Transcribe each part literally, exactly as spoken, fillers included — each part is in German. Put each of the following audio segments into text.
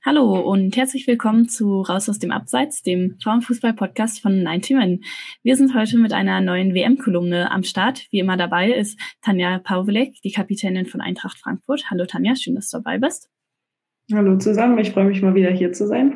Hallo und herzlich willkommen zu Raus aus dem Abseits, dem Frauenfußball-Podcast von neunzig Min. Wir sind heute mit einer neuen W M-Kolumne am Start. Wie immer dabei ist Tanja Pawelek, die Kapitänin von Eintracht Frankfurt. Hallo Tanja, schön, dass du dabei bist. Hallo zusammen, ich freue mich mal wieder hier zu sein.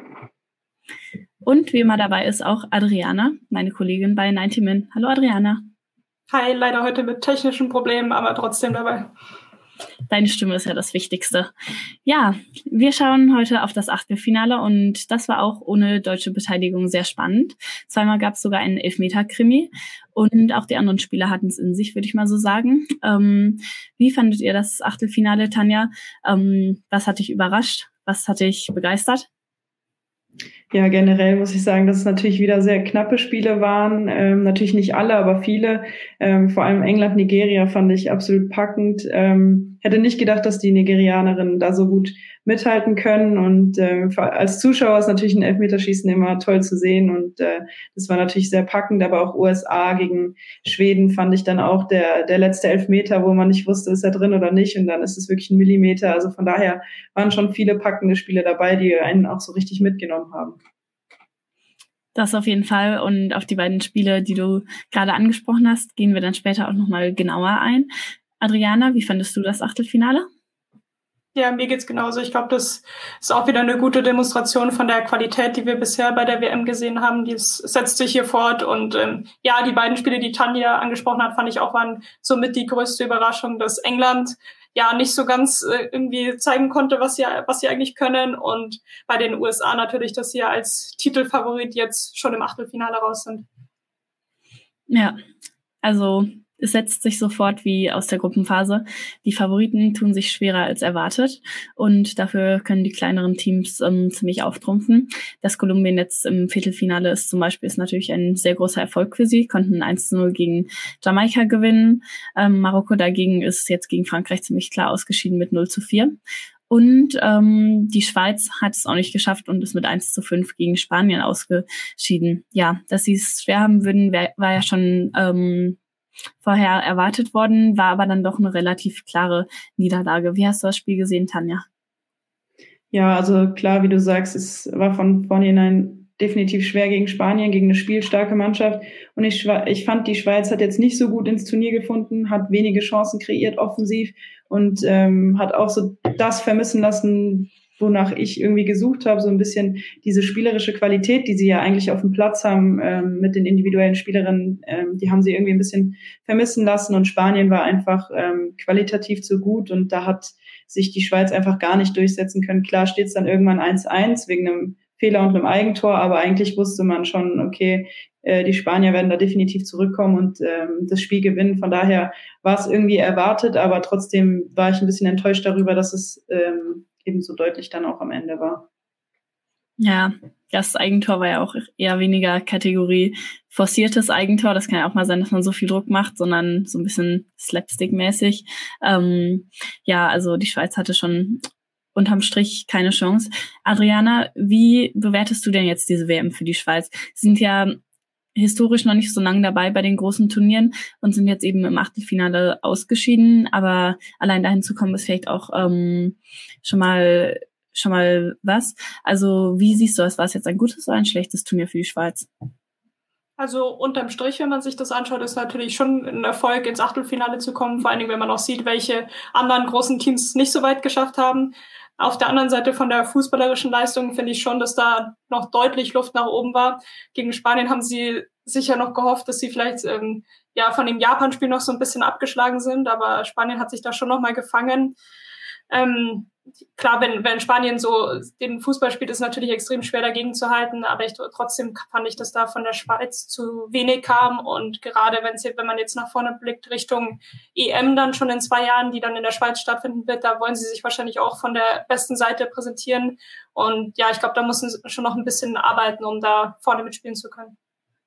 Und wie immer dabei ist auch Adriana, meine Kollegin bei neunzig Min. Hallo Adriana. Hi, leider heute mit technischen Problemen, aber trotzdem dabei. Deine Stimme ist ja das Wichtigste. Ja, wir schauen heute auf das Achtelfinale und das war auch ohne deutsche Beteiligung sehr spannend. Zweimal gab es sogar einen Elfmeter-Krimi und auch die anderen Spieler hatten es in sich, würde ich mal so sagen. Ähm, wie fandet ihr das Achtelfinale, Tanja? Ähm, was hat dich überrascht? Was hat dich begeistert? Ja, generell muss ich sagen, dass es natürlich wieder sehr knappe Spiele waren. Ähm, natürlich nicht alle, aber viele. Ähm, vor allem England, Nigeria fand ich absolut packend. Ähm, hätte nicht gedacht, dass die Nigerianerinnen da so gut mithalten können. Und äh, als Zuschauer ist natürlich ein Elfmeterschießen immer toll zu sehen. Und äh, das war natürlich sehr packend. Aber auch U S A gegen Schweden fand ich dann auch der der letzte Elfmeter, wo man nicht wusste, ist er drin oder nicht. Und dann ist es wirklich ein Millimeter. Also von daher waren schon viele packende Spiele dabei, die einen auch so richtig mitgenommen haben. Das auf jeden Fall. Und auf die beiden Spiele, die du gerade angesprochen hast, gehen wir dann später auch nochmal genauer ein. Adriana, wie fandest du das Achtelfinale? Ja, mir geht's genauso. Ich glaube, das ist auch wieder eine gute Demonstration von der Qualität, die wir bisher bei der W M gesehen haben. Die setzt sich hier fort. Und ähm, ja, die beiden Spiele, die Tanja angesprochen hat, fand ich auch, waren somit die größte Überraschung, dass England ja nicht so ganz äh, irgendwie zeigen konnte, was sie, was sie eigentlich können. Und bei den U S A natürlich, dass sie ja als Titelfavorit jetzt schon im Achtelfinale raus sind. Ja, also es setzt sich sofort wie aus der Gruppenphase. Die Favoriten tun sich schwerer als erwartet und dafür können die kleineren Teams ähm, ziemlich auftrumpfen. Dass Kolumbien jetzt im Viertelfinale ist zum Beispiel, ist natürlich ein sehr großer Erfolg für sie, konnten eins zu null gegen Jamaika gewinnen. Ähm, Marokko dagegen ist jetzt gegen Frankreich ziemlich klar ausgeschieden mit null zu vier. Und ähm, die Schweiz hat es auch nicht geschafft und ist mit eins zu fünf gegen Spanien ausgeschieden. Ja, dass sie es schwer haben würden, wär, war ja schon ähm, vorher erwartet worden, war aber dann doch eine relativ klare Niederlage. Wie hast du das Spiel gesehen, Tanja? Ja, also klar, wie du sagst, es war von vornherein definitiv schwer gegen Spanien, gegen eine spielstarke Mannschaft. Und ich, ich fand, die Schweiz hat jetzt nicht so gut ins Turnier gefunden, hat wenige Chancen kreiert offensiv und ähm, hat auch so das vermissen lassen, wonach ich irgendwie gesucht habe, so ein bisschen diese spielerische Qualität, die sie ja eigentlich auf dem Platz haben ähm, mit den individuellen Spielerinnen, ähm, die haben sie irgendwie ein bisschen vermissen lassen und Spanien war einfach ähm, qualitativ zu gut und da hat sich die Schweiz einfach gar nicht durchsetzen können. Klar steht es dann irgendwann eins eins wegen einem Fehler und einem Eigentor, aber eigentlich wusste man schon, okay, äh, die Spanier werden da definitiv zurückkommen und ähm, das Spiel gewinnen. Von daher war es irgendwie erwartet, aber trotzdem war ich ein bisschen enttäuscht darüber, dass es ähm, eben so deutlich dann auch am Ende war. Ja, das Eigentor war ja auch eher weniger Kategorie forciertes Eigentor. Das kann ja auch mal sein, dass man so viel Druck macht, sondern so ein bisschen Slapstick-mäßig. Ähm, ja, also die Schweiz hatte schon unterm Strich keine Chance. Adriana, wie bewertest du denn jetzt diese W M für die Schweiz? Sie sind ja historisch noch nicht so lange dabei bei den großen Turnieren und sind jetzt eben im Achtelfinale ausgeschieden. Aber allein dahin zu kommen, ist vielleicht auch ähm, schon mal schon mal was. Also wie siehst du das? War es jetzt ein gutes oder ein schlechtes Turnier für die Schweiz? Also unterm Strich, wenn man sich das anschaut, ist natürlich schon ein Erfolg, ins Achtelfinale zu kommen. Vor allen Dingen, wenn man auch sieht, welche anderen großen Teams nicht so weit geschafft haben. Auf der anderen Seite von der fußballerischen Leistung finde ich schon, dass da noch deutlich Luft nach oben war. Gegen Spanien haben sie sicher noch gehofft, dass sie vielleicht ähm, ja von dem Japan-Spiel noch so ein bisschen abgeschlagen sind, aber Spanien hat sich da schon noch mal gefangen. Ähm, klar, wenn, wenn Spanien so den Fußball spielt, ist es natürlich extrem schwer dagegen zu halten, aber ich, trotzdem fand ich, dass da von der Schweiz zu wenig kam und gerade wenn, wenn man jetzt nach vorne blickt Richtung E M dann schon in zwei Jahren, die dann in der Schweiz stattfinden wird, da wollen sie sich wahrscheinlich auch von der besten Seite präsentieren und ja, ich glaube, da müssen sie schon noch ein bisschen arbeiten, um da vorne mitspielen zu können.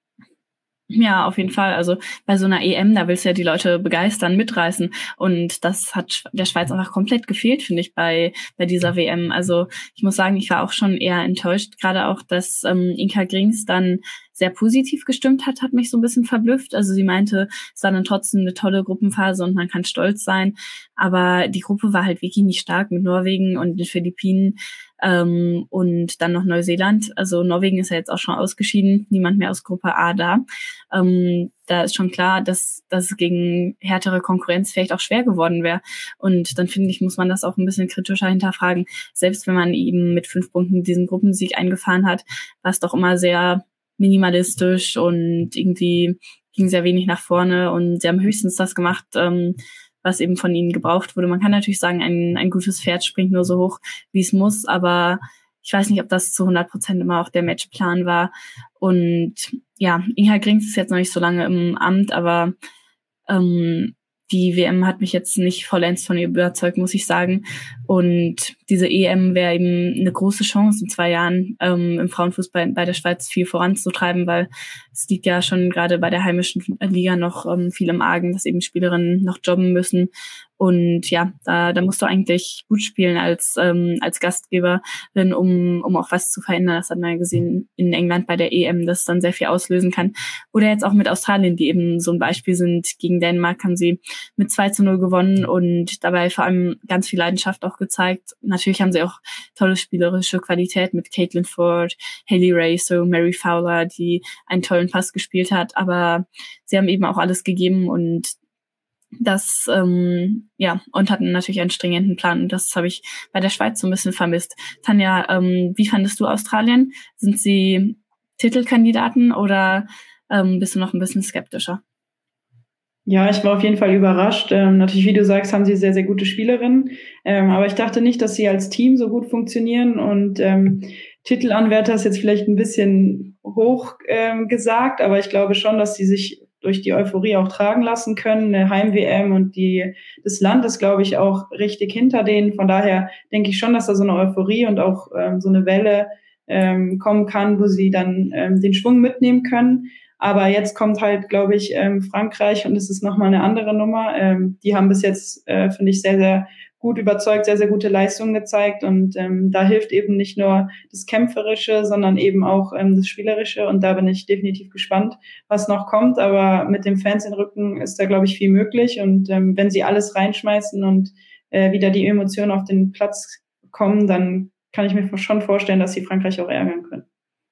Ja, auf jeden Fall. Also bei so einer E M, da willst du ja die Leute begeistern, mitreißen. Und das hat der Schweiz einfach komplett gefehlt, finde ich, bei bei dieser W M. Also ich muss sagen, ich war auch schon eher enttäuscht. Gerade auch, dass ähm, Inka Grings dann sehr positiv gestimmt hat, hat mich so ein bisschen verblüfft. Also sie meinte, es war dann trotzdem eine tolle Gruppenphase und man kann stolz sein. Aber die Gruppe war halt wirklich nicht stark mit Norwegen und den Philippinen. ähm, und dann noch Neuseeland. Also Norwegen ist ja jetzt auch schon ausgeschieden, niemand mehr aus Gruppe A da. Ähm, da ist schon klar, dass das gegen härtere Konkurrenz vielleicht auch schwer geworden wäre. Und dann finde ich, muss man das auch ein bisschen kritischer hinterfragen. Selbst wenn man eben mit fünf Punkten diesen Gruppensieg eingefahren hat, war es doch immer sehr minimalistisch und irgendwie ging sehr wenig nach vorne und sie haben höchstens das gemacht, ähm, was eben von ihnen gebraucht wurde. Man kann natürlich sagen, ein, ein gutes Pferd springt nur so hoch, wie es muss, aber ich weiß nicht, ob das zu hundert Prozent immer auch der Matchplan war. Und ja, Inga Grings ist jetzt noch nicht so lange im Amt, aber ähm, die W M hat mich jetzt nicht vollends von ihr überzeugt, muss ich sagen. Und diese E M wäre eben eine große Chance in zwei Jahren ähm, im Frauenfußball bei der Schweiz viel voranzutreiben, weil es liegt ja schon gerade bei der heimischen Liga noch ähm, viel im Argen, dass eben Spielerinnen noch jobben müssen. Und ja, da, da musst du eigentlich gut spielen als ähm, als Gastgeberin, um um auch was zu verändern. Das hat man ja gesehen in England bei der E M, dass dann sehr viel auslösen kann. Oder jetzt auch mit Australien, die eben so ein Beispiel sind. Gegen Dänemark haben sie mit zwei zu null gewonnen und dabei vor allem ganz viel Leidenschaft auch gezeigt. Natürlich haben sie auch tolle spielerische Qualität mit Caitlin Ford, Hayley Race, so Mary Fowler, die einen tollen Pass gespielt hat. Aber sie haben eben auch alles gegeben und das, ähm, ja, und hatten natürlich einen stringenten Plan. Und das habe ich bei der Schweiz so ein bisschen vermisst. Tanja, ähm, wie fandest du Australien? Sind sie Titelkandidaten oder ähm, bist du noch ein bisschen skeptischer? Ja, ich war auf jeden Fall überrascht. Ähm, natürlich, wie du sagst, haben sie sehr, sehr gute Spielerinnen. Ähm, aber ich dachte nicht, dass sie als Team so gut funktionieren. Und ähm, Titelanwärter ist jetzt vielleicht ein bisschen hoch ähm, gesagt, aber ich glaube schon, dass sie sich durch die Euphorie auch tragen lassen können. Eine Heim-W M und die, das Land ist, glaube ich, auch richtig hinter denen. Von daher denke ich schon, dass da so eine Euphorie und auch ähm, so eine Welle ähm, kommen kann, wo sie dann ähm, den Schwung mitnehmen können. Aber jetzt kommt halt, glaube ich, ähm, Frankreich und es ist nochmal eine andere Nummer. Ähm, die haben bis jetzt, äh, finde ich, sehr, sehr gut überzeugt, sehr, sehr gute Leistungen gezeigt. Und ähm, da hilft eben nicht nur das Kämpferische, sondern eben auch ähm, das Spielerische. Und da bin ich definitiv gespannt, was noch kommt. Aber mit dem Fans in Rücken ist da, glaube ich, viel möglich. Und ähm, wenn sie alles reinschmeißen und äh, wieder die Emotionen auf den Platz kommen, dann kann ich mir schon vorstellen, dass sie Frankreich auch ärgern können.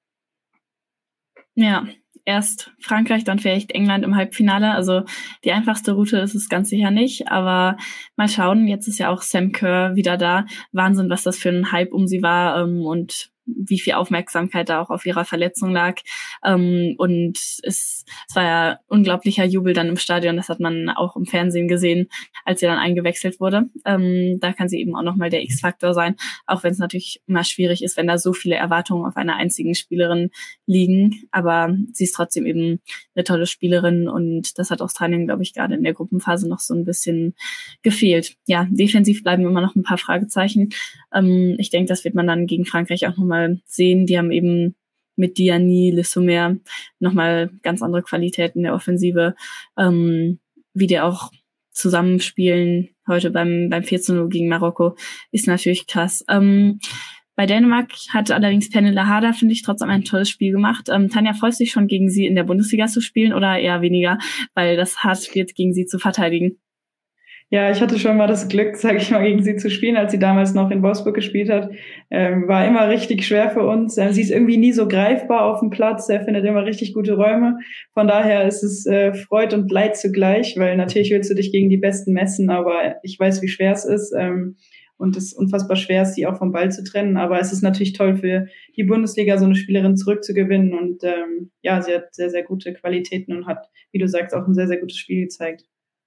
Ja, erst Frankreich, dann vielleicht England im Halbfinale. Also die einfachste Route ist es ganz sicher nicht. Aber mal schauen, jetzt ist ja auch Sam Kerr wieder da. Wahnsinn, was das für ein Hype um sie war ähm, und wie viel Aufmerksamkeit da auch auf ihrer Verletzung lag. Ähm, und es, es war ja unglaublicher Jubel dann im Stadion. Das hat man auch im Fernsehen gesehen, als sie dann eingewechselt wurde. Ähm, da kann sie eben auch nochmal der X-Faktor sein, auch wenn es natürlich immer schwierig ist, wenn da so viele Erwartungen auf einer einzigen Spielerin liegen. Aber sie ist trotzdem eben eine tolle Spielerin und das hat Australien, glaube ich, gerade in der Gruppenphase noch so ein bisschen gefehlt. Ja, defensiv bleiben immer noch ein paar Fragezeichen. Ähm, ich denke, das wird man dann gegen Frankreich auch nochmal sehen. Die haben eben mit Diani, Le Sommer nochmal ganz andere Qualitäten der Offensive, ähm, wie die auch zusammenspielen heute beim beim vier zu null gegen Marokko, ist natürlich krass. Ähm, bei Dänemark hat allerdings Pernille Harder, finde ich, trotzdem ein tolles Spiel gemacht. Ähm, Tanja, freust du dich schon, gegen sie in der Bundesliga zu spielen oder eher weniger, weil das hart wird, gegen sie zu verteidigen? Ja, ich hatte schon mal das Glück, sage ich mal, gegen sie zu spielen, als sie damals noch in Wolfsburg gespielt hat. Ähm, war immer richtig schwer für uns. Ähm, sie ist irgendwie nie so greifbar auf dem Platz. Er findet immer richtig gute Räume. Von daher ist es äh, Freud und Leid zugleich, weil natürlich willst du dich gegen die Besten messen, aber ich weiß, wie schwer es ist. Ähm, und es ist unfassbar schwer, sie auch vom Ball zu trennen. Aber es ist natürlich toll für die Bundesliga, so eine Spielerin zurückzugewinnen. Und ähm, ja, sie hat sehr, sehr gute Qualitäten und hat, wie du sagst, auch ein sehr, sehr gutes Spiel gezeigt.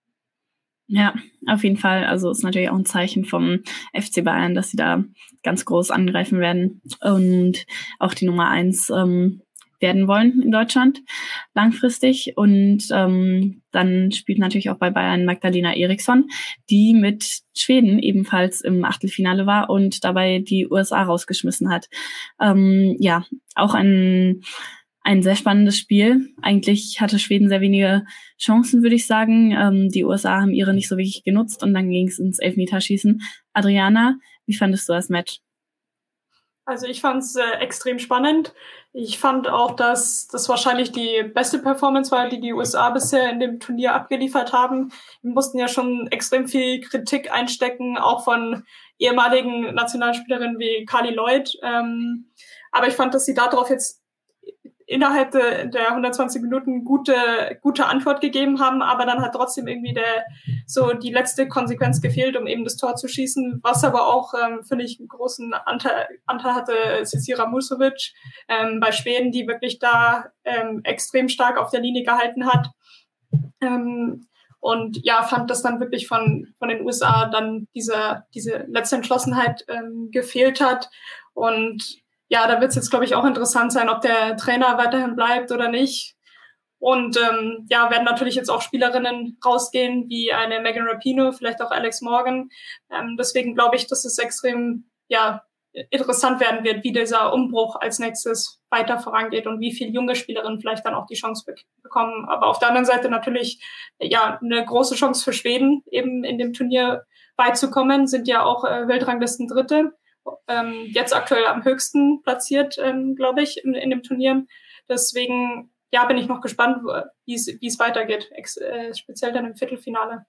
Ja, auf jeden Fall. Also ist natürlich auch ein Zeichen vom F C Bayern, dass sie da ganz groß angreifen werden und auch die Nummer eins ähm, werden wollen in Deutschland langfristig. Und ähm, dann spielt natürlich auch bei Bayern Magdalena Eriksson, die mit Schweden ebenfalls im Achtelfinale war und dabei die U S A rausgeschmissen hat. Ähm, ja, auch ein Ein sehr spannendes Spiel. Eigentlich hatte Schweden sehr wenige Chancen, würde ich sagen. Ähm, die U S A haben ihre nicht so wirklich genutzt und dann ging es ins Elfmeterschießen. Adriana, wie fandest du das Match? Also ich fand es äh, extrem spannend. Ich fand auch, dass das wahrscheinlich die beste Performance war, die die U S A bisher in dem Turnier abgeliefert haben. Wir mussten ja schon extrem viel Kritik einstecken, auch von ehemaligen Nationalspielerinnen wie Carli Lloyd. Ähm, aber ich fand, dass sie darauf jetzt innerhalb de, der hundertzwanzig Minuten gute gute Antwort gegeben haben, aber dann hat trotzdem irgendwie der so die letzte Konsequenz gefehlt, um eben das Tor zu schießen, was aber auch, ähm, finde ich, einen großen Anteil, Anteil hatte Cecilia Musovic ähm, bei Schweden, die wirklich da ähm, extrem stark auf der Linie gehalten hat. Ähm, und ja, fand, dass dann wirklich von von den U S A dann diese diese letzte Entschlossenheit ähm, gefehlt hat. Und ja, da wird es jetzt, glaube ich, auch interessant sein, ob der Trainer weiterhin bleibt oder nicht. Und ähm, ja, werden natürlich jetzt auch Spielerinnen rausgehen, wie eine Megan Rapinoe, vielleicht auch Alex Morgan. Ähm, deswegen glaube ich, dass es extrem ja interessant werden wird, wie dieser Umbruch als nächstes weiter vorangeht und wie viele junge Spielerinnen vielleicht dann auch die Chance be- bekommen. Aber auf der anderen Seite natürlich ja eine große Chance für Schweden, eben in dem Turnier beizukommen, sind ja auch äh, Weltranglisten Dritte. Ähm, jetzt aktuell am höchsten platziert, ähm, glaube ich, in, in dem Turnier. Deswegen ja, bin ich noch gespannt, wie es weitergeht, ex- äh, speziell dann im Viertelfinale.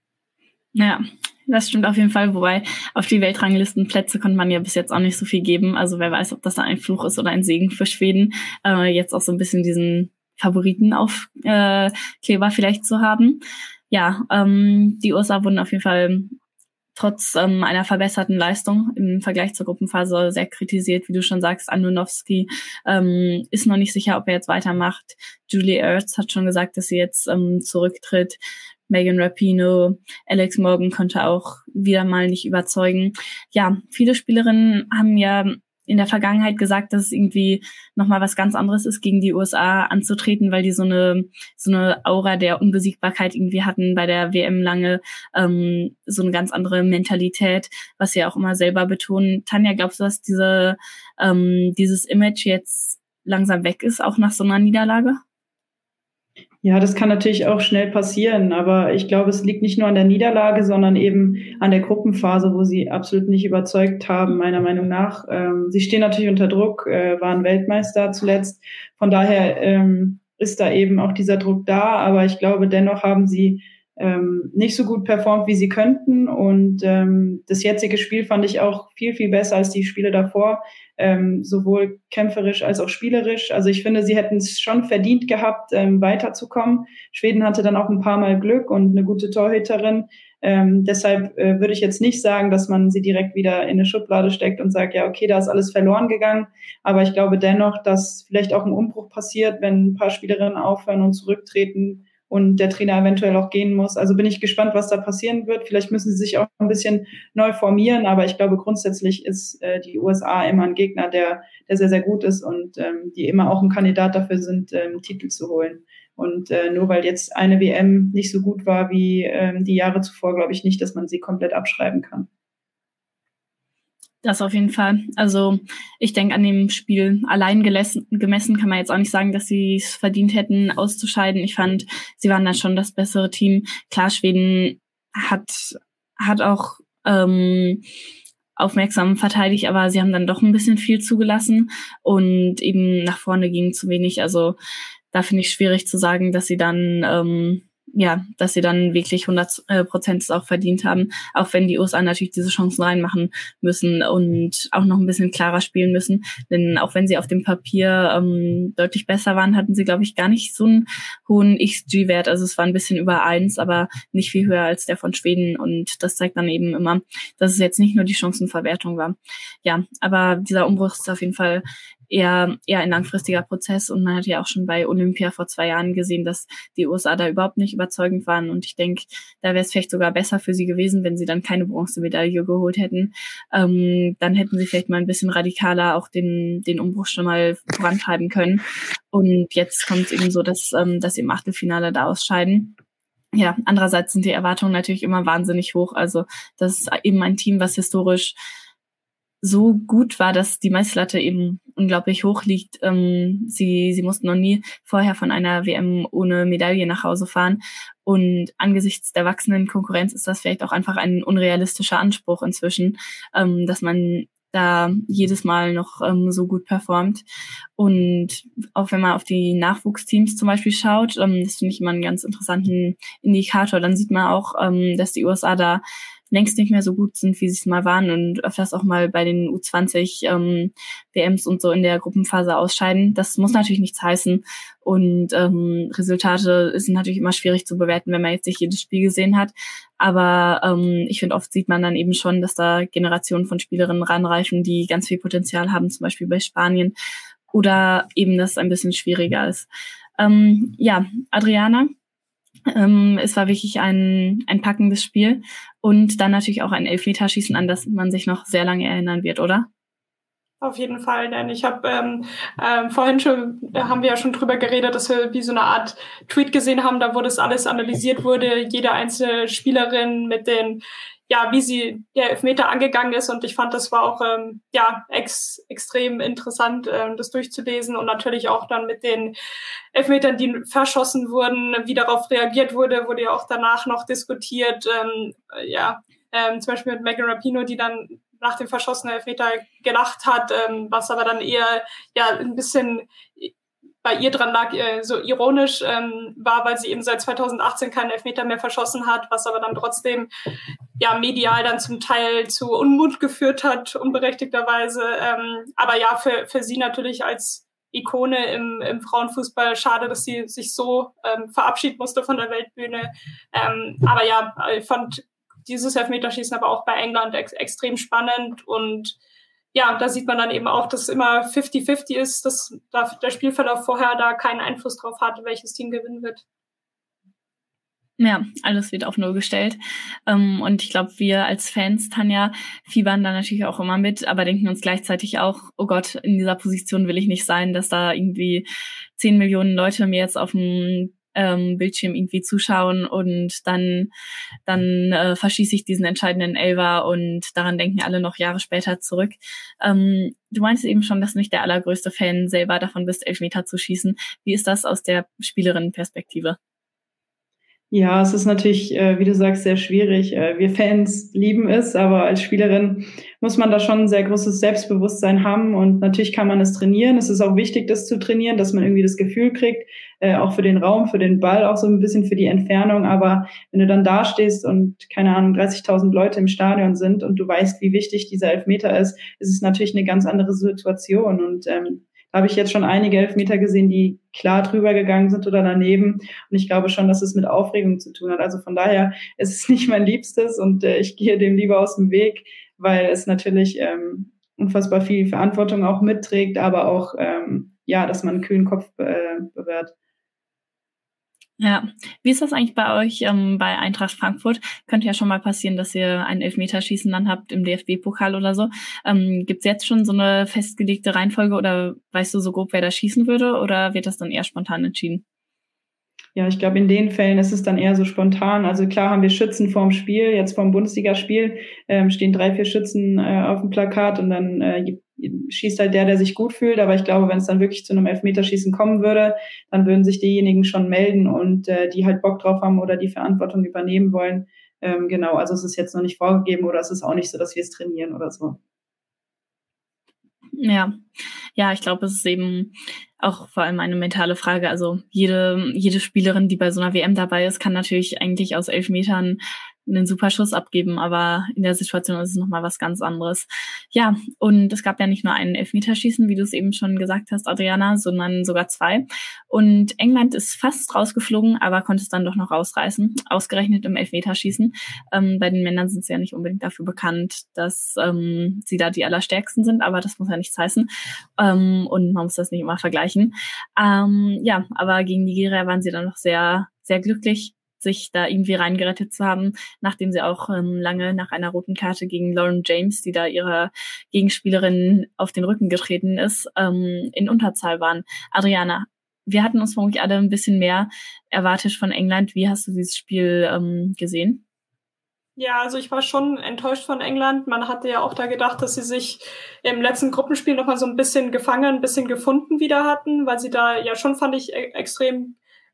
Ja, das stimmt auf jeden Fall. Wobei auf die Weltranglistenplätze konnte man ja bis jetzt auch nicht so viel geben. Also wer weiß, ob das ein Fluch ist oder ein Segen für Schweden, äh, jetzt auch so ein bisschen diesen Favoritenaufkleber äh, vielleicht zu haben. Ja, ähm, die U S A wurden auf jeden Fall trotz ähm, einer verbesserten Leistung im Vergleich zur Gruppenphase sehr kritisiert. Wie du schon sagst, Andonovski ähm, ist noch nicht sicher, ob er jetzt weitermacht. Julie Ertz hat schon gesagt, dass sie jetzt ähm, zurücktritt. Megan Rapinoe, Alex Morgan konnte auch wieder mal nicht überzeugen. Ja, viele Spielerinnen haben ja in der Vergangenheit gesagt, dass es irgendwie nochmal was ganz anderes ist, gegen die U S A anzutreten, weil die so eine so eine Aura der Unbesiegbarkeit irgendwie hatten bei der W M lange, ähm, so eine ganz andere Mentalität, was sie auch immer selber betonen. Tanja, glaubst du, dass diese ähm, dieses Image jetzt langsam weg ist, auch nach so einer Niederlage? Ja, das kann natürlich auch schnell passieren, aber ich glaube, es liegt nicht nur an der Niederlage, sondern eben an der Gruppenphase, wo sie absolut nicht überzeugt haben, meiner Meinung nach. Ähm, sie stehen natürlich unter Druck, äh, waren Weltmeister zuletzt. Von daher ähm, ist da eben auch dieser Druck da, aber ich glaube, dennoch haben sie ähm, nicht so gut performt, wie sie könnten. Und ähm, das jetzige Spiel fand ich auch viel, viel besser als die Spiele davor. Ähm, sowohl kämpferisch als auch spielerisch. Also ich finde, sie hätten es schon verdient gehabt, ähm, weiterzukommen. Schweden hatte dann auch ein paar Mal Glück und eine gute Torhüterin. Ähm, deshalb äh, würde ich jetzt nicht sagen, dass man sie direkt wieder in eine Schublade steckt und sagt, ja, okay, da ist alles verloren gegangen. Aber ich glaube dennoch, dass vielleicht auch ein Umbruch passiert, wenn ein paar Spielerinnen aufhören und zurücktreten und der Trainer eventuell auch gehen muss. Also bin ich gespannt, was da passieren wird. Vielleicht müssen sie sich auch ein bisschen neu formieren, aber ich glaube, grundsätzlich ist äh, die U S A immer ein Gegner, der, der sehr, sehr gut ist und ähm, die immer auch ein Kandidat dafür sind, ähm, Titel zu holen. Und äh, nur weil jetzt eine W M nicht so gut war wie ähm, die Jahre zuvor, glaube ich nicht, dass man sie komplett abschreiben kann. Das auf jeden Fall. Also ich denke, an dem Spiel allein gelessen, gemessen kann man jetzt auch nicht sagen, dass sie es verdient hätten, auszuscheiden. Ich fand, sie waren da schon das bessere Team. Klar, Schweden hat hat auch ähm, aufmerksam verteidigt, aber sie haben dann doch ein bisschen viel zugelassen und eben nach vorne ging zu wenig. Also da finde ich schwierig zu sagen, dass sie dann ähm, ja, dass sie dann wirklich hundert Prozent es auch verdient haben, auch wenn die U S A natürlich diese Chancen reinmachen müssen und auch noch ein bisschen klarer spielen müssen. Denn auch wenn sie auf dem Papier ähm, deutlich besser waren, hatten sie, glaube ich, gar nicht so einen hohen X G-Wert. Also es war ein bisschen über eins, aber nicht viel höher als der von Schweden. Und das zeigt dann eben immer, dass es jetzt nicht nur die Chancenverwertung war. Ja, aber dieser Umbruch ist auf jeden Fall eher eher ein langfristiger Prozess und man hat ja auch schon bei Olympia vor zwei Jahren gesehen, dass die U S A da überhaupt nicht überzeugend waren und ich denke, da wäre es vielleicht sogar besser für sie gewesen, wenn sie dann keine Bronzemedaille geholt hätten. Ähm, dann hätten sie vielleicht mal ein bisschen radikaler auch den den Umbruch schon mal vorantreiben können und jetzt kommt es eben so, dass ähm, dass sie im Achtelfinale da ausscheiden. Ja, andererseits sind die Erwartungen natürlich immer wahnsinnig hoch, also das ist eben ein Team, was historisch so gut war, dass die Messlatte eben unglaublich hoch liegt. Ähm, sie, sie mussten noch nie vorher von einer W M ohne Medaille nach Hause fahren. Und angesichts der wachsenden Konkurrenz ist das vielleicht auch einfach ein unrealistischer Anspruch inzwischen, ähm, dass man da jedes Mal noch ähm, so gut performt. Und auch wenn man auf die Nachwuchsteams zum Beispiel schaut, ähm, das finde ich immer einen ganz interessanten Indikator, dann sieht man auch, ähm, dass die U S A da längst nicht mehr so gut sind, wie sie es mal waren und öfters auch mal bei den U zwanzig ähm, W Ms und so in der Gruppenphase ausscheiden. Das muss natürlich nichts heißen und ähm, Resultate sind natürlich immer schwierig zu bewerten, wenn man jetzt nicht jedes Spiel gesehen hat. Aber ähm, ich finde, oft sieht man dann eben schon, dass da Generationen von Spielerinnen ranreifen, die ganz viel Potenzial haben, zum Beispiel bei Spanien, oder eben, dass es ein bisschen schwieriger ist. Ähm, ja, Adriana, Ähm, es war wirklich ein, ein packendes Spiel und dann natürlich auch ein Elfmeterschießen, an das man sich noch sehr lange erinnern wird, oder? Auf jeden Fall, denn ich habe ähm, ähm, vorhin schon, da haben wir ja schon drüber geredet, dass wir wie so eine Art Tweet gesehen haben, da wo das alles analysiert wurde, jede einzelne Spielerin mit den, ja, wie sie der Elfmeter angegangen ist, und ich fand, das war auch ähm, ja ex, extrem interessant, ähm, das durchzulesen, und natürlich auch dann mit den Elfmetern, die verschossen wurden, wie darauf reagiert wurde, wurde ja auch danach noch diskutiert, ähm, ja, ähm, zum Beispiel mit Megan Rapinoe, die dann nach dem verschossenen Elfmeter gelacht hat, ähm, was aber dann eher ja ein bisschen bei ihr dran lag, äh, so ironisch ähm, war, weil sie eben seit zweitausendachtzehn keinen Elfmeter mehr verschossen hat, was aber dann trotzdem ja medial dann zum Teil zu Unmut geführt hat, unberechtigterweise. Ähm, aber ja, für, für sie natürlich als Ikone im, im Frauenfußball schade, dass sie sich so ähm, verabschieden musste von der Weltbühne. Ähm, aber ja, ich fand dieses Elfmeterschießen aber auch bei England ex- extrem spannend, und ja, da sieht man dann eben auch, dass es immer fifty fifty ist, dass da der Spielverlauf vorher da keinen Einfluss drauf hat, welches Team gewinnen wird. Ja, alles wird auf Null gestellt. Ähm, und ich glaube, wir als Fans, Tanja, fiebern da natürlich auch immer mit, aber denken uns gleichzeitig auch, oh Gott, in dieser Position will ich nicht sein, dass da irgendwie zehn Millionen Leute mir jetzt auf dem ähm, Bildschirm irgendwie zuschauen und dann dann äh, verschieße ich diesen entscheidenden Elfer und daran denken alle noch Jahre später zurück. Ähm, du meinst eben schon, dass du nicht der allergrößte Fan selber davon bist, Elfmeter zu schießen. Wie ist das aus der Spielerinnenperspektive? Ja, es ist natürlich, äh, wie du sagst, sehr schwierig. Äh, wir Fans lieben es, aber als Spielerin muss man da schon ein sehr großes Selbstbewusstsein haben, und natürlich kann man es trainieren. Es ist auch wichtig, das zu trainieren, dass man irgendwie das Gefühl kriegt, äh, auch für den Raum, für den Ball, auch so ein bisschen für die Entfernung. Aber wenn du dann da stehst und, keine Ahnung, dreißigtausend Leute im Stadion sind und du weißt, wie wichtig dieser Elfmeter ist, ist es natürlich eine ganz andere Situation. Und ähm, da habe ich jetzt schon einige Elfmeter gesehen, die klar drüber gegangen sind oder daneben. Und ich glaube schon, dass es mit Aufregung zu tun hat. Also von daher ist es nicht mein Liebstes, und äh, ich gehe dem lieber aus dem Weg, weil es natürlich ähm, unfassbar viel Verantwortung auch mitträgt, aber auch, ähm, ja, dass man einen kühlen Kopf äh, bewahrt. Ja, wie ist das eigentlich bei euch ähm, bei Eintracht Frankfurt? Könnte ja schon mal passieren, dass ihr einen Elfmeterschießen dann habt im D F B-Pokal oder so. Ähm, gibt's jetzt schon so eine festgelegte Reihenfolge, oder weißt du so grob, wer da schießen würde, oder wird das dann eher spontan entschieden? Ja, ich glaube, in den Fällen ist es dann eher so spontan. Also klar haben wir Schützen vorm Spiel, jetzt vorm Bundesligaspiel ähm, stehen drei, vier Schützen äh, auf dem Plakat, und dann äh, schießt halt der, der sich gut fühlt. Aber ich glaube, wenn es dann wirklich zu einem Elfmeterschießen kommen würde, dann würden sich diejenigen schon melden, und äh, die halt Bock drauf haben oder die Verantwortung übernehmen wollen. Ähm, genau, also es ist jetzt noch nicht vorgegeben, oder es ist auch nicht so, dass wir es trainieren oder so. Ja, ja, ich glaube, es ist eben auch vor allem eine mentale Frage. Also jede jede Spielerin, die bei so einer W M dabei ist, kann natürlich eigentlich aus elf Metern einen super Schuss abgeben, aber in der Situation ist es nochmal was ganz anderes. Ja, und es gab ja nicht nur einen Elfmeterschießen, wie du es eben schon gesagt hast, Adriana, sondern sogar zwei. Und England ist fast rausgeflogen, aber konnte es dann doch noch rausreißen, ausgerechnet im Elfmeterschießen. Ähm, bei den Männern sind sie ja nicht unbedingt dafür bekannt, dass ähm, sie da die Allerstärksten sind, aber das muss ja nichts heißen. Ähm, und man muss das nicht immer vergleichen. Ähm, ja, aber gegen Nigeria waren sie dann noch sehr, sehr glücklich, sich da irgendwie reingerettet zu haben, nachdem sie auch ähm, lange nach einer roten Karte gegen Lauren James, die da ihrer Gegenspielerin auf den Rücken getreten ist, ähm, in Unterzahl waren. Adriana, wir hatten uns vermutlich alle ein bisschen mehr erwartet von England. Wie hast du dieses Spiel ähm, gesehen? Ja, also ich war schon enttäuscht von England. Man hatte ja auch da gedacht, dass sie sich im letzten Gruppenspiel nochmal so ein bisschen gefangen, ein bisschen gefunden wieder hatten, weil sie da ja schon, fand ich, e- extrem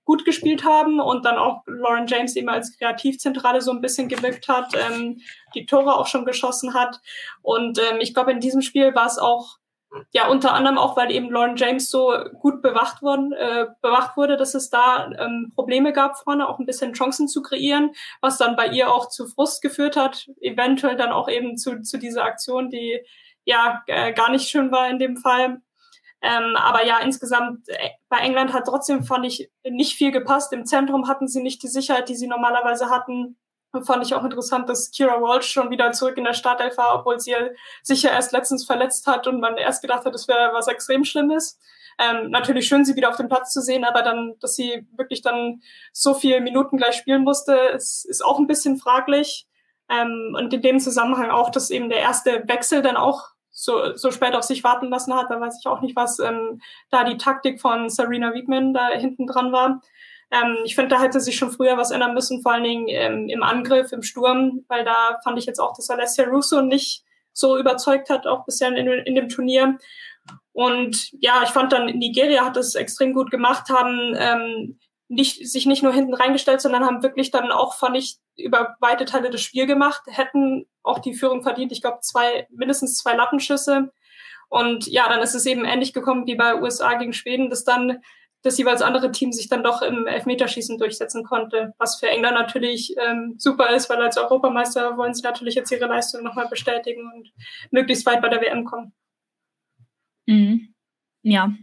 gut gespielt haben und dann auch Lauren James eben als Kreativzentrale so ein bisschen gewirkt hat, ähm, die Tore auch schon geschossen hat. Und ähm, ich glaube, in diesem Spiel war es auch, ja, unter anderem auch, weil eben Lauren James so gut bewacht worden, äh, bewacht wurde, dass es da ähm, Probleme gab vorne, auch ein bisschen Chancen zu kreieren, was dann bei ihr auch zu Frust geführt hat, eventuell dann auch eben zu, zu dieser Aktion, die ja äh, gar nicht schön war in dem Fall. Ähm, aber ja, insgesamt äh, bei England hat trotzdem, fand ich, nicht viel gepasst. Im Zentrum hatten sie nicht die Sicherheit, die sie normalerweise hatten. Und fand ich auch interessant, dass Keira Walsh schon wieder zurück in der Startelf war, obwohl sie sich ja erst letztens verletzt hat und man erst gedacht hat, das wäre was extrem Schlimmes. Ähm, natürlich schön, sie wieder auf dem Platz zu sehen, aber dann, dass sie wirklich dann so viele Minuten gleich spielen musste, ist, ist auch ein bisschen fraglich. Ähm, und in dem Zusammenhang auch, dass eben der erste Wechsel dann auch so, so spät auf sich warten lassen hat. Da weiß ich auch nicht, was ähm, da die Taktik von Sarina Wiegman da hinten dran war. Ähm, ich finde, da hätte sich schon früher was ändern müssen, vor allen Dingen ähm, im Angriff, im Sturm, weil da fand ich jetzt auch, dass Alessia Russo nicht so überzeugt hat, auch bisher in, in dem Turnier. Und ja, ich fand dann, Nigeria hat das extrem gut gemacht, haben ähm, nicht, sich nicht nur hinten reingestellt, sondern haben wirklich dann auch, fand ich, über weite Teile das Spiel gemacht, hätten auch die Führung verdient. Ich glaube, zwei, mindestens zwei Lattenschüsse. Und ja, dann ist es eben ähnlich gekommen wie bei U S A gegen Schweden, dass dann das jeweils andere Team sich dann doch im Elfmeterschießen durchsetzen konnte, was für England natürlich ähm, super ist, weil als Europameister wollen sie natürlich jetzt ihre Leistung nochmal bestätigen und möglichst weit bei der W M kommen. Mhm. Ja,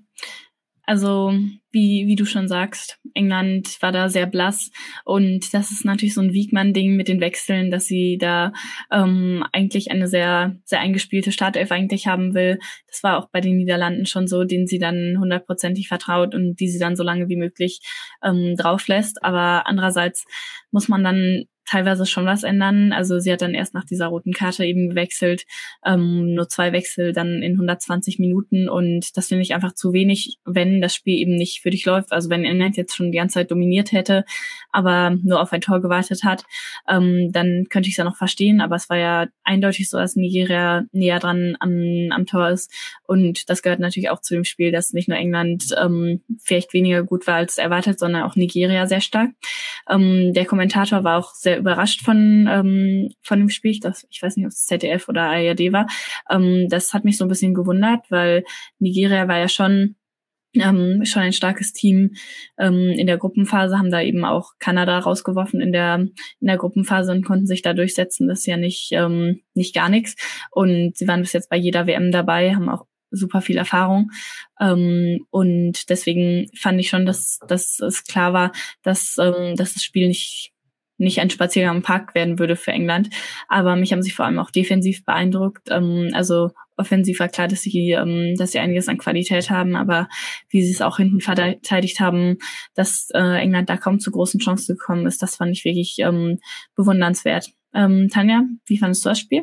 also wie wie du schon sagst, England war da sehr blass und das ist natürlich so ein Wiegmann-Ding mit den Wechseln, dass sie da ähm, eigentlich eine sehr sehr eingespielte Startelf eigentlich haben will. Das war auch bei den Niederlanden schon so, denen sie dann hundertprozentig vertraut und die sie dann so lange wie möglich ähm, drauf lässt. Aber andererseits muss man dann teilweise schon was ändern. Also sie hat dann erst nach dieser roten Karte eben gewechselt, ähm, nur zwei Wechsel dann in hundertzwanzig Minuten und das finde ich einfach zu wenig, wenn das Spiel eben nicht für dich läuft. Also wenn England jetzt schon die ganze Zeit dominiert hätte, aber nur auf ein Tor gewartet hat, ähm, dann könnte ich es ja noch verstehen, aber es war ja eindeutig so, dass Nigeria näher dran am, am Tor ist und das gehört natürlich auch zu dem Spiel, dass nicht nur England ähm, vielleicht weniger gut war als erwartet, sondern auch Nigeria sehr stark. Ähm, der Kommentator war auch sehr überrascht von ähm, von dem Spiel. Das, ich weiß nicht, ob es Z D F oder A R D war. Ähm, das hat mich so ein bisschen gewundert, weil Nigeria war ja schon ähm, schon ein starkes Team ähm, in der Gruppenphase, haben da eben auch Kanada rausgeworfen in der in der Gruppenphase und konnten sich da durchsetzen. Das ist ja nicht ähm, nicht gar nichts. Und sie waren bis jetzt bei jeder W M dabei, haben auch super viel Erfahrung. Ähm, und deswegen fand ich schon, dass, dass es klar war, dass, ähm, dass das Spiel nicht nicht ein Spaziergang im Park werden würde für England. Aber mich haben sie vor allem auch defensiv beeindruckt. Ähm, also offensiv war klar, dass sie, ähm, dass sie einiges an Qualität haben, aber wie sie es auch hinten verteidigt haben, dass äh, England da kaum zu großen Chancen gekommen ist, das fand ich wirklich ähm, bewundernswert. Ähm, Tanja, wie fandest du das Spiel?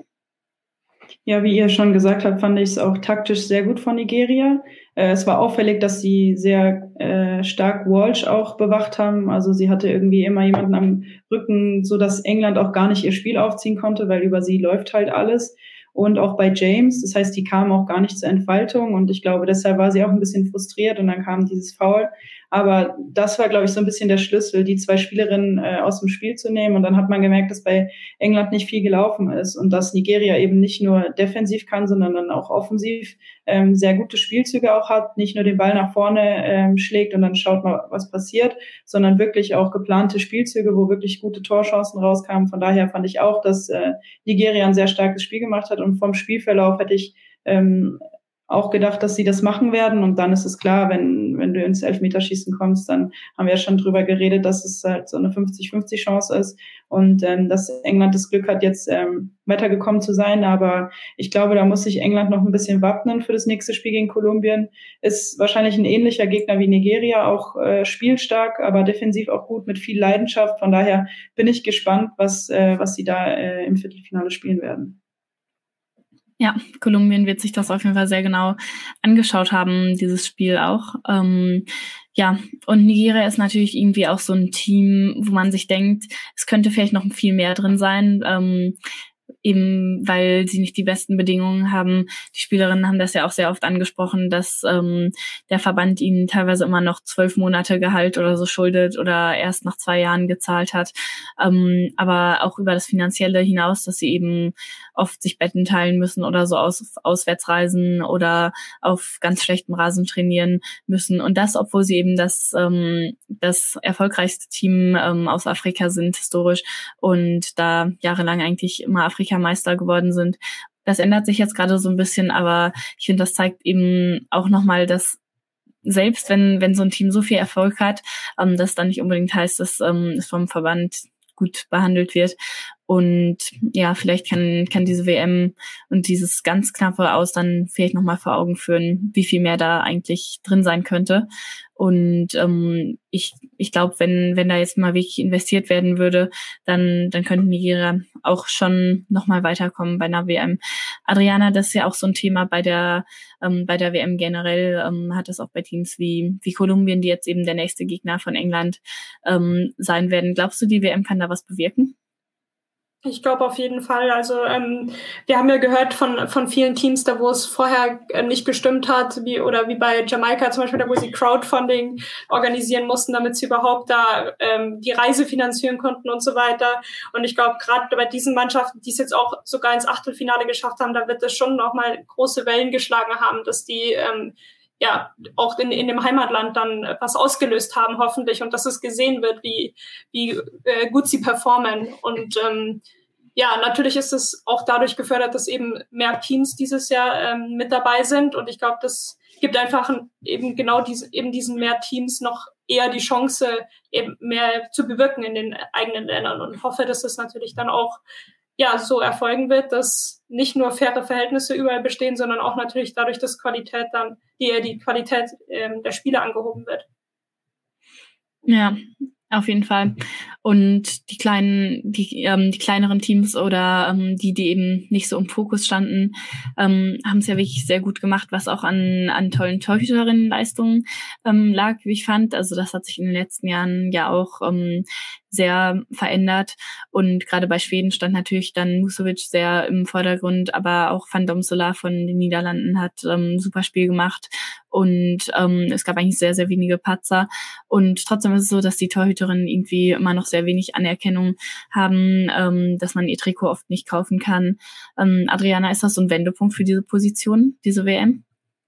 Ja, wie ihr schon gesagt habt, fand ich es auch taktisch sehr gut von Nigeria. Äh, es war auffällig, dass sie sehr äh, stark Walsh auch bewacht haben. Also sie hatte irgendwie immer jemanden am Rücken, so dass England auch gar nicht ihr Spiel aufziehen konnte, weil über sie läuft halt alles. Und auch bei James, das heißt, die kam auch gar nicht zur Entfaltung und ich glaube, deshalb war sie auch ein bisschen frustriert und dann kam dieses Foul. Aber das war, glaube ich, so ein bisschen der Schlüssel, die zwei Spielerinnen äh, aus dem Spiel zu nehmen. Und dann hat man gemerkt, dass bei England nicht viel gelaufen ist und dass Nigeria eben nicht nur defensiv kann, sondern dann auch offensiv ähm, sehr gute Spielzüge auch hat, nicht nur den Ball nach vorne ähm, schlägt und dann schaut mal, was passiert, sondern wirklich auch geplante Spielzüge, wo wirklich gute Torchancen rauskamen. Von daher fand ich auch, dass äh, Nigeria ein sehr starkes Spiel gemacht hat und vom Spielverlauf hätte ich ähm, auch gedacht, dass sie das machen werden. Und dann ist es klar, wenn wenn du ins Elfmeterschießen kommst, dann haben wir ja schon drüber geredet, dass es halt so eine fünfzig fünfzig Chance ist und ähm, dass England das Glück hat, jetzt ähm, weitergekommen zu sein. Aber ich glaube, da muss sich England noch ein bisschen wappnen für das nächste Spiel gegen Kolumbien. Ist wahrscheinlich ein ähnlicher Gegner wie Nigeria, auch äh, spielstark, aber defensiv auch gut mit viel Leidenschaft. Von daher bin ich gespannt, was äh, was sie da äh, im Viertelfinale spielen werden. Ja, Kolumbien wird sich das auf jeden Fall sehr genau angeschaut haben, dieses Spiel auch. Ähm, ja, und Nigeria ist natürlich irgendwie auch so ein Team, wo man sich denkt, es könnte vielleicht noch viel mehr drin sein. Ähm, eben weil sie nicht die besten Bedingungen haben. Die Spielerinnen haben das ja auch sehr oft angesprochen, dass ähm, der Verband ihnen teilweise immer noch zwölf Monate Gehalt oder so schuldet oder erst nach zwei Jahren gezahlt hat. Ähm, aber auch über das Finanzielle hinaus, dass sie eben oft sich Betten teilen müssen oder so aus Auswärtsreisen oder auf ganz schlechtem Rasen trainieren müssen. Und das, obwohl sie eben das, ähm, das erfolgreichste Team ähm, aus Afrika sind, historisch, und da jahrelang eigentlich immer Afrikameister geworden sind. Das ändert sich jetzt gerade so ein bisschen, aber ich finde, das zeigt eben auch nochmal, dass selbst wenn wenn so ein Team so viel Erfolg hat, ähm, das dann nicht unbedingt heißt, dass ähm, es vom Verband gut behandelt wird. Und ja, vielleicht kann kann diese W M und dieses ganz knappe Aus dann vielleicht nochmal vor Augen führen, wie viel mehr da eigentlich drin sein könnte. Und ähm, ich ich glaube, wenn wenn da jetzt mal wirklich investiert werden würde, dann dann könnten Nigeria auch schon nochmal weiterkommen bei einer W M. Adriana, das ist ja auch so ein Thema bei der ähm, bei der W M generell, ähm, hat das auch bei Teams wie wie Kolumbien, die jetzt eben der nächste Gegner von England ähm, sein werden. Glaubst du, die W M kann da was bewirken? Ich glaube auf jeden Fall. Also ähm, wir haben ja gehört von von vielen Teams, da wo es vorher äh, nicht gestimmt hat, wie oder wie bei Jamaika zum Beispiel, da wo sie Crowdfunding organisieren mussten, damit sie überhaupt da ähm, die Reise finanzieren konnten und so weiter. Und ich glaube, gerade bei diesen Mannschaften, die es jetzt auch sogar ins Achtelfinale geschafft haben, da wird es schon nochmal große Wellen geschlagen haben, dass die ähm, ja auch in, in dem Heimatland dann was ausgelöst haben, hoffentlich, und dass es gesehen wird, wie wie äh, gut sie performen. Und ähm, ja, natürlich ist es auch dadurch gefördert, dass eben mehr Teams dieses Jahr ähm, mit dabei sind. Und ich glaube, das gibt einfach eben genau diese, eben diesen mehr Teams noch eher die Chance, eben mehr zu bewirken in den eigenen Ländern. Und hoffe, dass es natürlich dann auch ja so erfolgen wird, dass nicht nur faire Verhältnisse überall bestehen, sondern auch natürlich dadurch, dass Qualität dann die die Qualität ähm, der Spiele angehoben wird. Ja, auf jeden Fall. Und die kleinen, die, ähm, die kleineren Teams oder ähm, die, die eben nicht so im Fokus standen, ähm, haben es ja wirklich sehr gut gemacht, was auch an, an tollen Torhüterinnenleistungen ähm, lag, wie ich fand. Also das hat sich in den letzten Jahren ja auch ähm, sehr verändert. Und gerade bei Schweden stand natürlich dann Musovic sehr im Vordergrund, aber auch Van Domsela von den Niederlanden hat ähm, ein super Spiel gemacht. Und ähm, es gab eigentlich sehr, sehr wenige Patzer. Und trotzdem ist es so, dass die Torhüterinnen irgendwie immer noch sehr wenig Anerkennung haben, ähm, dass man ihr Trikot oft nicht kaufen kann. Ähm, Adriana, ist das so ein Wendepunkt für diese Position, diese W M?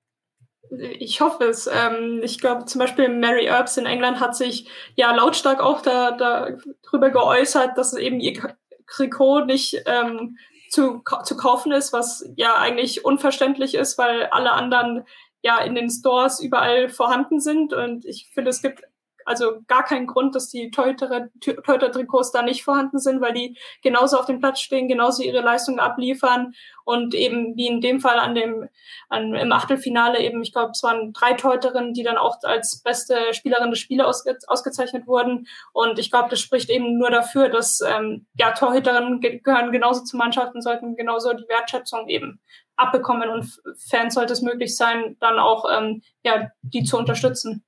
Ich hoffe es. Ähm, ich glaube, zum Beispiel Mary Earps in England hat sich ja lautstark auch da, da darüber geäußert, dass eben ihr Trikot nicht ähm, zu, zu kaufen ist, was ja eigentlich unverständlich ist, weil alle anderen ja in den Stores überall vorhanden sind. Und ich finde, es gibt also gar keinen Grund, dass die Torhüter-Trikots da nicht vorhanden sind, weil die genauso auf dem Platz stehen, genauso ihre Leistungen abliefern und eben wie in dem Fall an dem an, im Achtelfinale eben, ich glaube, es waren drei Torhüterinnen, die dann auch als beste Spielerin des Spiels ausge, ausgezeichnet wurden. Und ich glaube, das spricht eben nur dafür, dass ähm, ja Torhüterinnen ge- gehören genauso zu Mannschaften, sollten genauso die Wertschätzung eben abbekommen, und Fans sollte es möglich sein, dann auch ähm, ja die zu unterstützen.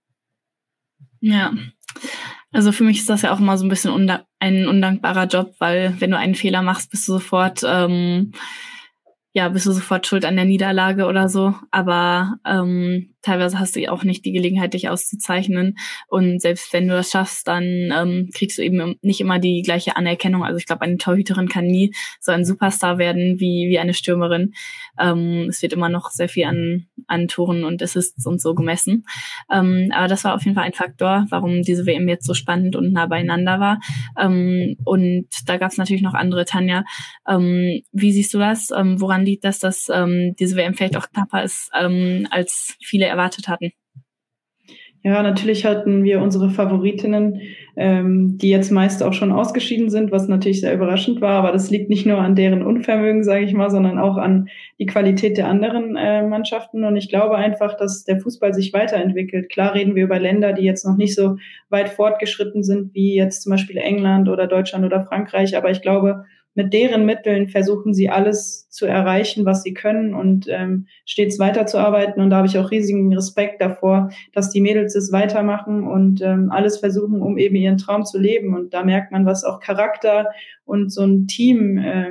Ja, also für mich ist das ja auch immer so ein bisschen unda- ein undankbarer Job, weil wenn du einen Fehler machst, bist du sofort ähm, ja, bist du sofort schuld an der Niederlage oder so. Aber ähm, teilweise hast du auch nicht die Gelegenheit, dich auszuzeichnen. Und selbst wenn du das schaffst, dann ähm, kriegst du eben nicht immer die gleiche Anerkennung. Also ich glaube, eine Torhüterin kann nie so ein Superstar werden wie wie eine Stürmerin. Ähm, es wird immer noch sehr viel an an Toren und Assists und so gemessen. Ähm, aber das war auf jeden Fall ein Faktor, warum diese W M jetzt so spannend und nah beieinander war. Ähm, und da gab es natürlich noch andere. Tanja, ähm, wie siehst du das? Ähm, woran liegt das, dass ähm, diese W M vielleicht auch knapper ist, ähm, als viele erwartet hatten? Ja, natürlich hatten wir unsere Favoritinnen, ähm, die jetzt meist auch schon ausgeschieden sind, was natürlich sehr überraschend war. Aber das liegt nicht nur an deren Unvermögen, sage ich mal, sondern auch an die Qualität der anderen äh, Mannschaften. Und ich glaube einfach, dass der Fußball sich weiterentwickelt. Klar reden wir über Länder, die jetzt noch nicht so weit fortgeschritten sind, wie jetzt zum Beispiel England oder Deutschland oder Frankreich. Aber ich glaube, mit deren Mitteln versuchen sie alles zu erreichen, was sie können, und ähm, stets weiterzuarbeiten. Und da habe ich auch riesigen Respekt davor, dass die Mädels es weitermachen und ähm, alles versuchen, um eben ihren Traum zu leben. Und da merkt man, was auch Charakter und so ein Team ähm,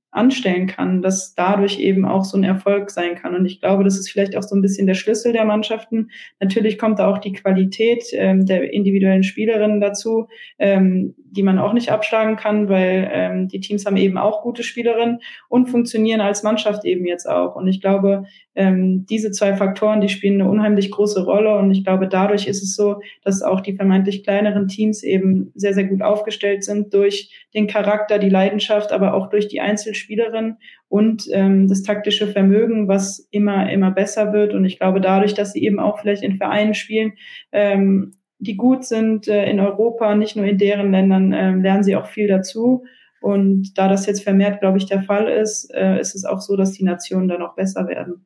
anstellen kann, dass dadurch eben auch so ein Erfolg sein kann. Und ich glaube, das ist vielleicht auch so ein bisschen der Schlüssel der Mannschaften. Natürlich kommt da auch die Qualität ähm, der individuellen Spielerinnen dazu, ähm, die man auch nicht abschlagen kann, weil ähm, die Teams haben eben auch gute Spielerinnen und funktionieren als Mannschaft eben jetzt auch. Und ich glaube, ähm, diese zwei Faktoren, die spielen eine unheimlich große Rolle. Und ich glaube, dadurch ist es so, dass auch die vermeintlich kleineren Teams eben sehr, sehr gut aufgestellt sind durch den Charakter, die Leidenschaft, aber auch durch die Einzelspielerin und ähm, das taktische Vermögen, was immer, immer besser wird. Und ich glaube, dadurch, dass sie eben auch vielleicht in Vereinen spielen, ähm, die gut sind äh, in Europa, nicht nur in deren Ländern, äh, lernen sie auch viel dazu. Und da das jetzt vermehrt, glaube ich, der Fall ist, äh, ist es auch so, dass die Nationen dann auch besser werden.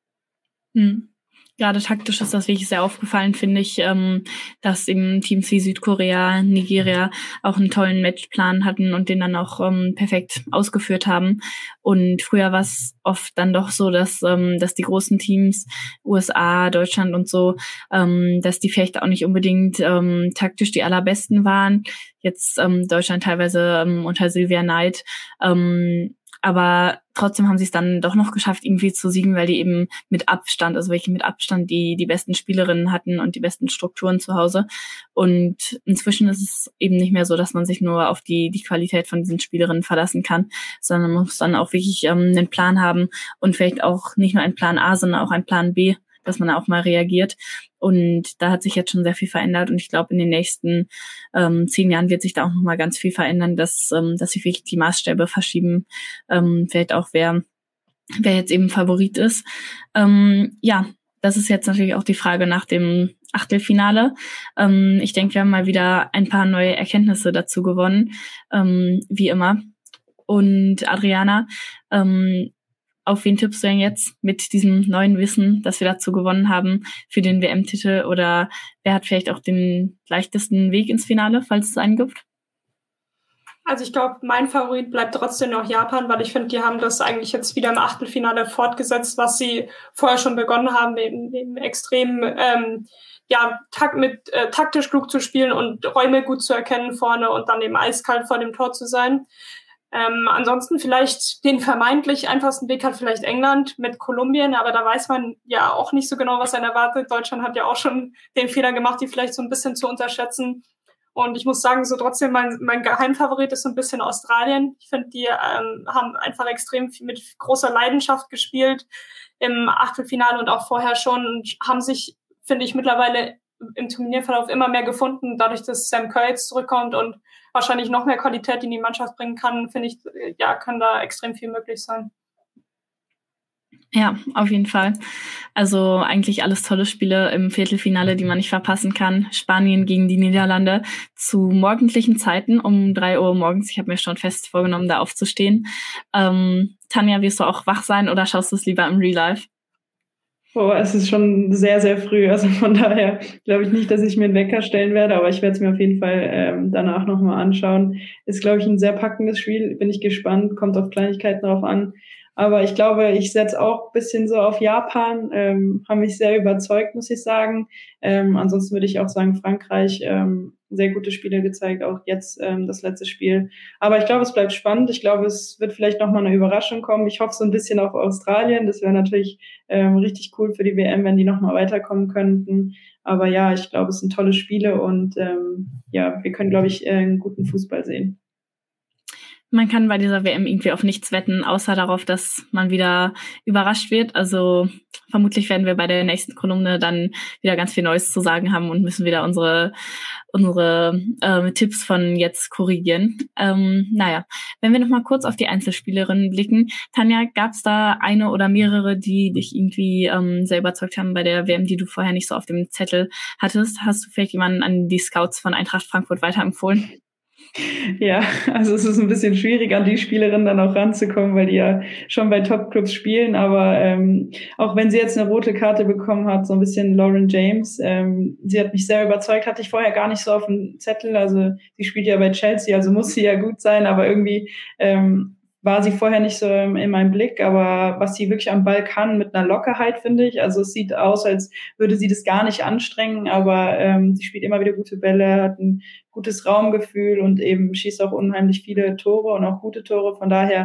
Hm. Gerade taktisch ist das wirklich sehr aufgefallen, finde ich, ähm, dass eben Teams wie Südkorea, Nigeria auch einen tollen Matchplan hatten und den dann auch ähm, perfekt ausgeführt haben. Und früher war es oft dann doch so, dass ähm, dass die großen Teams, U S A, Deutschland und so, ähm, dass die vielleicht auch nicht unbedingt ähm, taktisch die allerbesten waren. Jetzt ähm, Deutschland teilweise ähm, unter Silvia Neid, ähm, aber trotzdem haben sie es dann doch noch geschafft, irgendwie zu siegen, weil die eben mit Abstand, also welche mit Abstand die die besten Spielerinnen hatten und die besten Strukturen zu Hause. Und inzwischen ist es eben nicht mehr so, dass man sich nur auf die die Qualität von diesen Spielerinnen verlassen kann, sondern man muss dann auch wirklich ähm, einen Plan haben und vielleicht auch nicht nur einen Plan A, sondern auch einen Plan B, dass man auch mal reagiert. Und da hat sich jetzt schon sehr viel verändert. Und ich glaube, in den nächsten ähm, zehn Jahren wird sich da auch noch mal ganz viel verändern, dass ähm, dass sich wirklich die Maßstäbe verschieben. Ähm, vielleicht auch, wer wer jetzt eben Favorit ist. Ähm, ja, das ist jetzt natürlich auch die Frage nach dem Achtelfinale. Ähm, ich denke, wir haben mal wieder ein paar neue Erkenntnisse dazu gewonnen, ähm, wie immer. Und Adriana, ähm, auf wen tippst du denn jetzt mit diesem neuen Wissen, das wir dazu gewonnen haben, für den W M-Titel? Oder wer hat vielleicht auch den leichtesten Weg ins Finale, falls es einen gibt? Also ich glaube, mein Favorit bleibt trotzdem noch Japan, weil ich finde, die haben das eigentlich jetzt wieder im Achtelfinale fortgesetzt, was sie vorher schon begonnen haben, eben, eben extrem ähm, ja tak- mit äh, taktisch klug zu spielen und Räume gut zu erkennen vorne und dann eben eiskalt vor dem Tor zu sein. Ähm, ansonsten vielleicht den vermeintlich einfachsten Weg hat vielleicht England mit Kolumbien, aber da weiß man ja auch nicht so genau, was einen erwartet. Deutschland hat ja auch schon den Fehler gemacht, die vielleicht so ein bisschen zu unterschätzen. Und ich muss sagen, so trotzdem mein, mein Geheimfavorit ist so ein bisschen Australien. Ich finde, die ähm, haben einfach extrem viel mit großer Leidenschaft gespielt im Achtelfinale und auch vorher schon und haben sich, finde ich, mittlerweile im Turnierverlauf immer mehr gefunden, dadurch, dass Sam Kerr jetzt zurückkommt und wahrscheinlich noch mehr Qualität in die Mannschaft bringen kann, finde ich, ja, kann da extrem viel möglich sein. Ja, auf jeden Fall. Also eigentlich alles tolle Spiele im Viertelfinale, die man nicht verpassen kann. Spanien gegen die Niederlande zu morgendlichen Zeiten um drei Uhr morgens. Ich habe mir schon fest vorgenommen, da aufzustehen. Ähm, Tanja, wirst du auch wach sein oder schaust du es lieber im Real Life? Oh, es ist schon sehr, sehr früh. Also von daher glaube ich nicht, dass ich mir einen Wecker stellen werde, aber ich werde es mir auf jeden Fall ähm, danach nochmal anschauen. Ist, glaube ich, ein sehr packendes Spiel. Bin ich gespannt, kommt auf Kleinigkeiten drauf an. Aber ich glaube, ich setze auch ein bisschen so auf Japan, ähm, haben mich sehr überzeugt, muss ich sagen. Ähm, ansonsten würde ich auch sagen, Frankreich, ähm, sehr gute Spiele gezeigt, auch jetzt ähm, das letzte Spiel. Aber ich glaube, es bleibt spannend. Ich glaube, es wird vielleicht nochmal eine Überraschung kommen. Ich hoffe so ein bisschen auf Australien. Das wäre natürlich ähm, richtig cool für die W M, wenn die nochmal weiterkommen könnten. Aber ja, ich glaube, es sind tolle Spiele und ähm, ja, wir können, glaube ich, äh, einen guten Fußball sehen. Man kann bei dieser W M irgendwie auf nichts wetten, außer darauf, dass man wieder überrascht wird. Also vermutlich werden wir bei der nächsten Kolumne dann wieder ganz viel Neues zu sagen haben und müssen wieder unsere unsere äh, Tipps von jetzt korrigieren. Ähm, naja, wenn wir noch mal kurz auf die Einzelspielerinnen blicken. Tanja, gab es da eine oder mehrere, die dich irgendwie ähm, sehr überzeugt haben bei der W M, die du vorher nicht so auf dem Zettel hattest? Hast du vielleicht jemanden an die Scouts von Eintracht Frankfurt weiterempfohlen? Ja, also es ist ein bisschen schwierig, an die Spielerinnen dann auch ranzukommen, weil die ja schon bei Top-Clubs spielen. Aber ähm, auch wenn sie jetzt eine rote Karte bekommen hat, so ein bisschen Lauren James, ähm, sie hat mich sehr überzeugt, hatte ich vorher gar nicht so auf dem Zettel. Also sie spielt ja bei Chelsea, also muss sie ja gut sein, aber irgendwie ähm, war sie vorher nicht so in meinem Blick, aber was sie wirklich am Ball kann, mit einer Lockerheit, finde ich. Also es sieht aus, als würde sie das gar nicht anstrengen, aber ähm, sie spielt immer wieder gute Bälle, hat ein gutes Raumgefühl und eben schießt auch unheimlich viele Tore und auch gute Tore. Von daher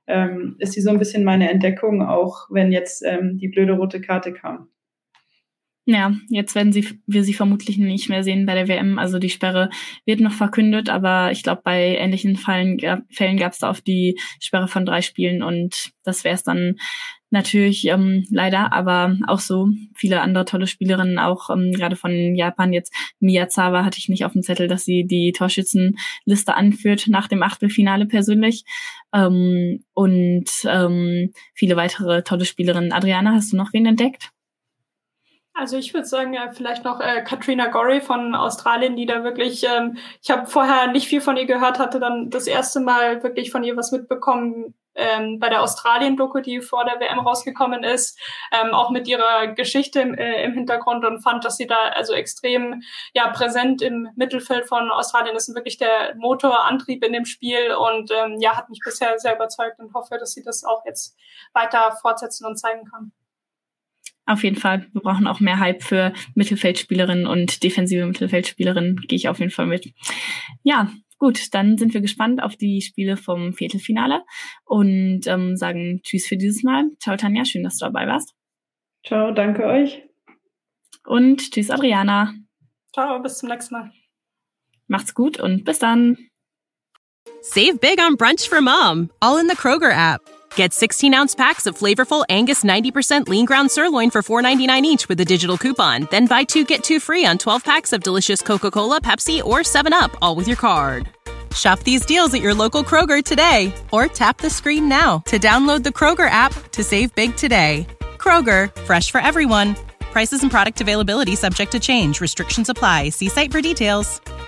ähm, ist sie so ein bisschen meine Entdeckung, auch wenn jetzt ähm, die blöde rote Karte kam. Ja, jetzt werden sie, wir sie vermutlich nicht mehr sehen bei der W M. Also die Sperre wird noch verkündet, aber ich glaube, bei ähnlichen Fällen, Fällen gab es da oft die Sperre von drei Spielen und das wäre es dann natürlich ähm, leider, aber auch so viele andere tolle Spielerinnen, auch ähm, gerade von Japan jetzt. Miyazawa hatte ich nicht auf dem Zettel, dass sie die Torschützenliste anführt nach dem Achtelfinale persönlich. Ähm, und ähm, viele weitere tolle Spielerinnen. Adriana, hast du noch wen entdeckt? Also ich würde sagen, ja, vielleicht noch äh, Katrina Gorry von Australien, die da wirklich, ähm, ich habe vorher nicht viel von ihr gehört, hatte dann das erste Mal wirklich von ihr was mitbekommen ähm, bei der Australien-Doku, die vor der W M rausgekommen ist, ähm, auch mit ihrer Geschichte im, äh, im Hintergrund und fand, dass sie da also extrem ja präsent im Mittelfeld von Australien ist und wirklich der Motorantrieb in dem Spiel und ähm, ja, hat mich bisher sehr überzeugt und hoffe, dass sie das auch jetzt weiter fortsetzen und zeigen kann. Auf jeden Fall. Wir brauchen auch mehr Hype für Mittelfeldspielerinnen und defensive Mittelfeldspielerinnen. Gehe ich auf jeden Fall mit. Ja, gut. Dann sind wir gespannt auf die Spiele vom Viertelfinale und ähm, sagen Tschüss für dieses Mal. Ciao, Tanja. Schön, dass du dabei warst. Ciao, danke euch. Und tschüss, Adriana. Ciao, bis zum nächsten Mal. Macht's gut und bis dann. Save big on brunch for mom, all in the Kroger app. Get sixteen-ounce packs of flavorful Angus ninety percent lean ground sirloin for four ninety-nine each with a digital coupon. Then buy two, get two free on twelve packs of delicious Coca-Cola, Pepsi, or seven up, all with your card. Shop these deals at your local Kroger today, or tap the screen now to download the Kroger app to save big today. Kroger, fresh for everyone. Prices and product availability subject to change. Restrictions apply. See site for details.